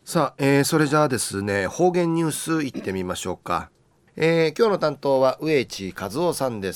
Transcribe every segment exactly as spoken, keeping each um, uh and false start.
さあ、えーそれじゃあですね、方言ニュース行ってみましょうか。えー今日の担当は上地和夫さんです。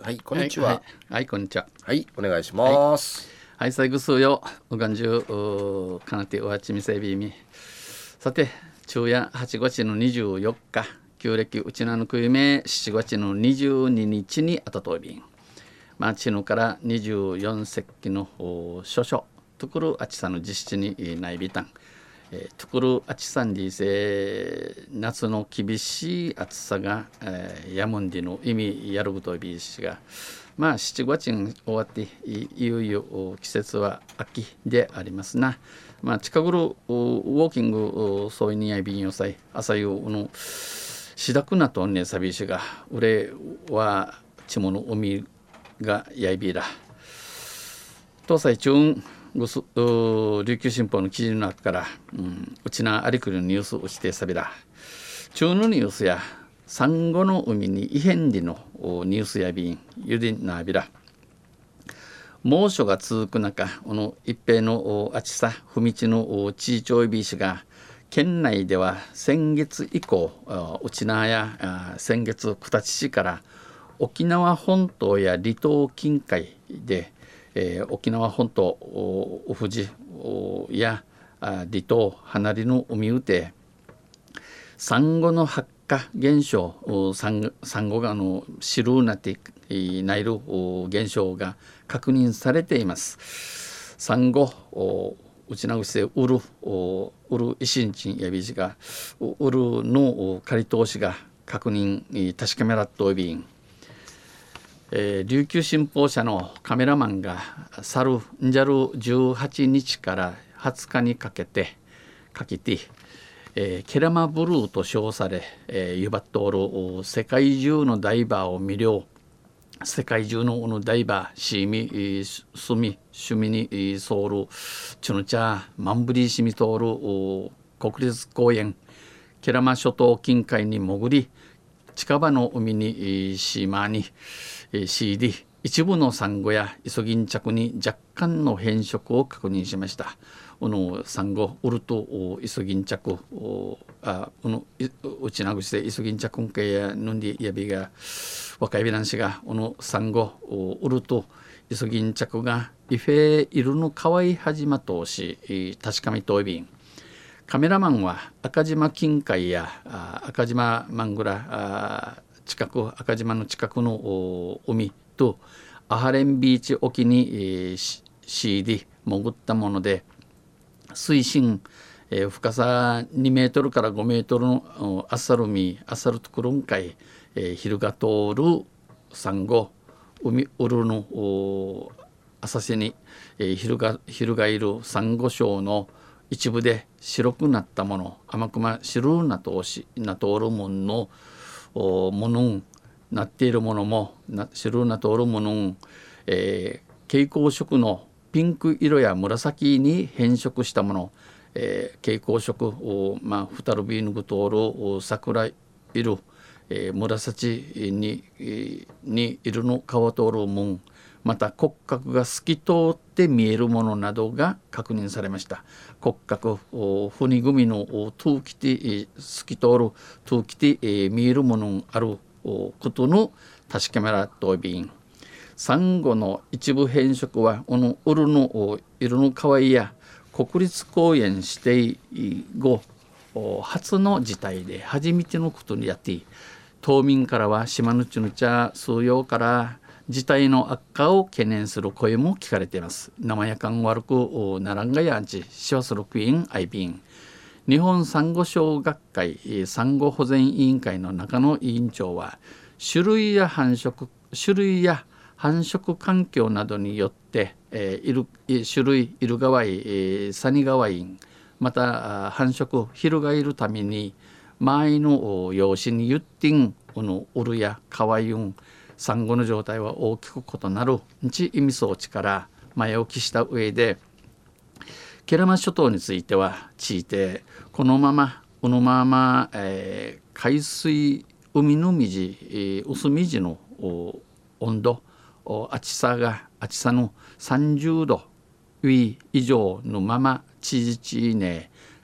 はい、こんはい、はい、 にちは。 はい、こんにちは。 はい、お願いしはい、 ます。 はい、最後数よ、うがんじゅう、かなておはちみせびみ。さて、昼夜はちがつのにじゅうよっか、旧暦うちなのくゆめしちがつのにじゅうににちにあたといびん。まあ、ちのからにじゅうよん節気の諸々、ところあちさの実施にないびたん。えー、ところあちさんりせ夏の厳しい暑さが、えー、やむんでの意味やることびしがまあしちがつに終わっていいよいよ季節は秋でありますな。まあ近頃ウォーキングそういにやいびんよさい朝夕のしだくなとねさびしがうれはちもの海がやいびら東西中ぐす琉球新報の記事の中から、うん、うちなありくりのニュースをしてさびら中のニュースやサンゴの海に異変でのニュースやびんゆでなびら猛暑が続く中この一平のあちさふみちの地位町びしが県内では先月以降うちなや先月九立市から沖縄本島や離島近海でえー、沖縄本島お富士や離島離れの海うてサンゴの発火現象サンサンゴがのシルーナティナイル現象が確認されています。サンゴうちなぐしでウルウルイシンチンやびじがウルの仮通しが確認確かめらっといびんえー、琉球新報社のカメラマンが去るんじゃるじゅうはちにちからはつかにかけてかけて、えー、ケラマブルーと称され、えー、ゆばっとおる世界中のダイバーを魅了世界中のダイバーシーミスミシュミにソウルチュヌチャマンブリーシミトール国立公園ケラマ諸島近海に潜り近場の海に島に シーディー 一部のサンゴやイソギンチャクに若干の変色を確認しました。このサンゴウルトイソギンチャクあこのうちなぐしでイソギンチャクンケやヌンディヤビが若いビランシがこのサンゴウルトイソギンチャクがイフェイルの可愛い始まとし確かめといびんカメラマンは赤島近海や赤島マングラ近く赤島の近くの海とアハレンビーチ沖に、えー、シーディ潜ったもので水深、えー、深さにメートルからごメートルのアッサルミアッサルトクルン海、えー、ヒルが通るサンゴ海ウルの浅瀬に、えー、ヒルがヒルがいるサンゴ礁の一部で白くなったもの甘くま白なとおしなとおるもんのものなっているものもな白なとおるもの、えー、蛍光色のピンク色や紫に変色したもの、えー、蛍光色まあフタルビーヌグとおる桜色、えー、紫に、えー、に色の顔とおるもんまた骨格が透き通って見えるものなどが確認されました。骨格骨組みの通気て透き通る通気て見えるものあることの確かめらとびんサンゴの一部変色はこのウルの色の可愛いや国立公園指定後初の事態で初めてのことにやって島民からは島のちぬちゃ数曜から事態の悪化を懸念する声も聞かれています。生やかん悪くならんがやんちシワスロクインアイビン日本サンゴ礁学会サンゴ保全委員会の中野委員長は種類や繁殖種類や繁殖環境などによって、えー、いる種類イルガワイ、えー、サニガワインまた繁殖ヒルがいるために周りの養子にゆってんこのウルやカワイウンサンゴの状態は大きく異なる日意味装置から前置きした上でケラマ諸島については地位てこのままこのまま、えー、海水海の水、えー、薄水の温度暑さが暑さのさんじゅうど以上のまま地域ね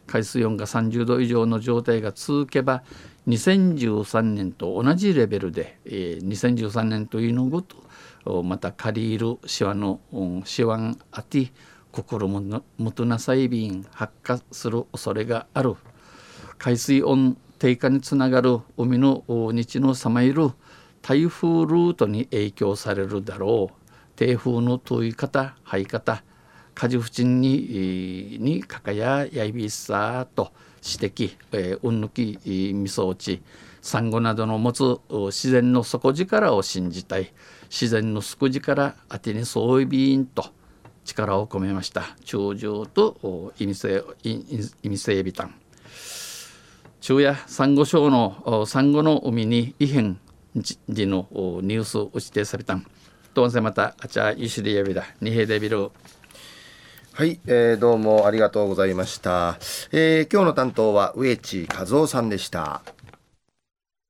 海水温がさんじゅうど以上の状態が続けばにせんじゅうさんねんと同じレベルで、えー、にせんじゅうさんねんというのごとまた借りるシワのシワンあて心もとなさいびん発火する恐れがある。海水温低下につながる海の日のさまいる台風ルートに影響されるだろう。低風の問い方、這い方、風不沈ににかかややいびさと指摘、えー、うんぬきみそうち、サンゴなどの持つ自然の底力を信じたい。自然の底力あてにそういびんと力を込めました。長寿と意味性意味性ビタン。昼夜サンゴ礁のサンゴの海に異変時のニュースを指定されたん。どうせまたあちゃゆしりやびだにへでびる。 はい、えー、どうもありがとうございました。えー、今日の担当は植地和夫さんでした。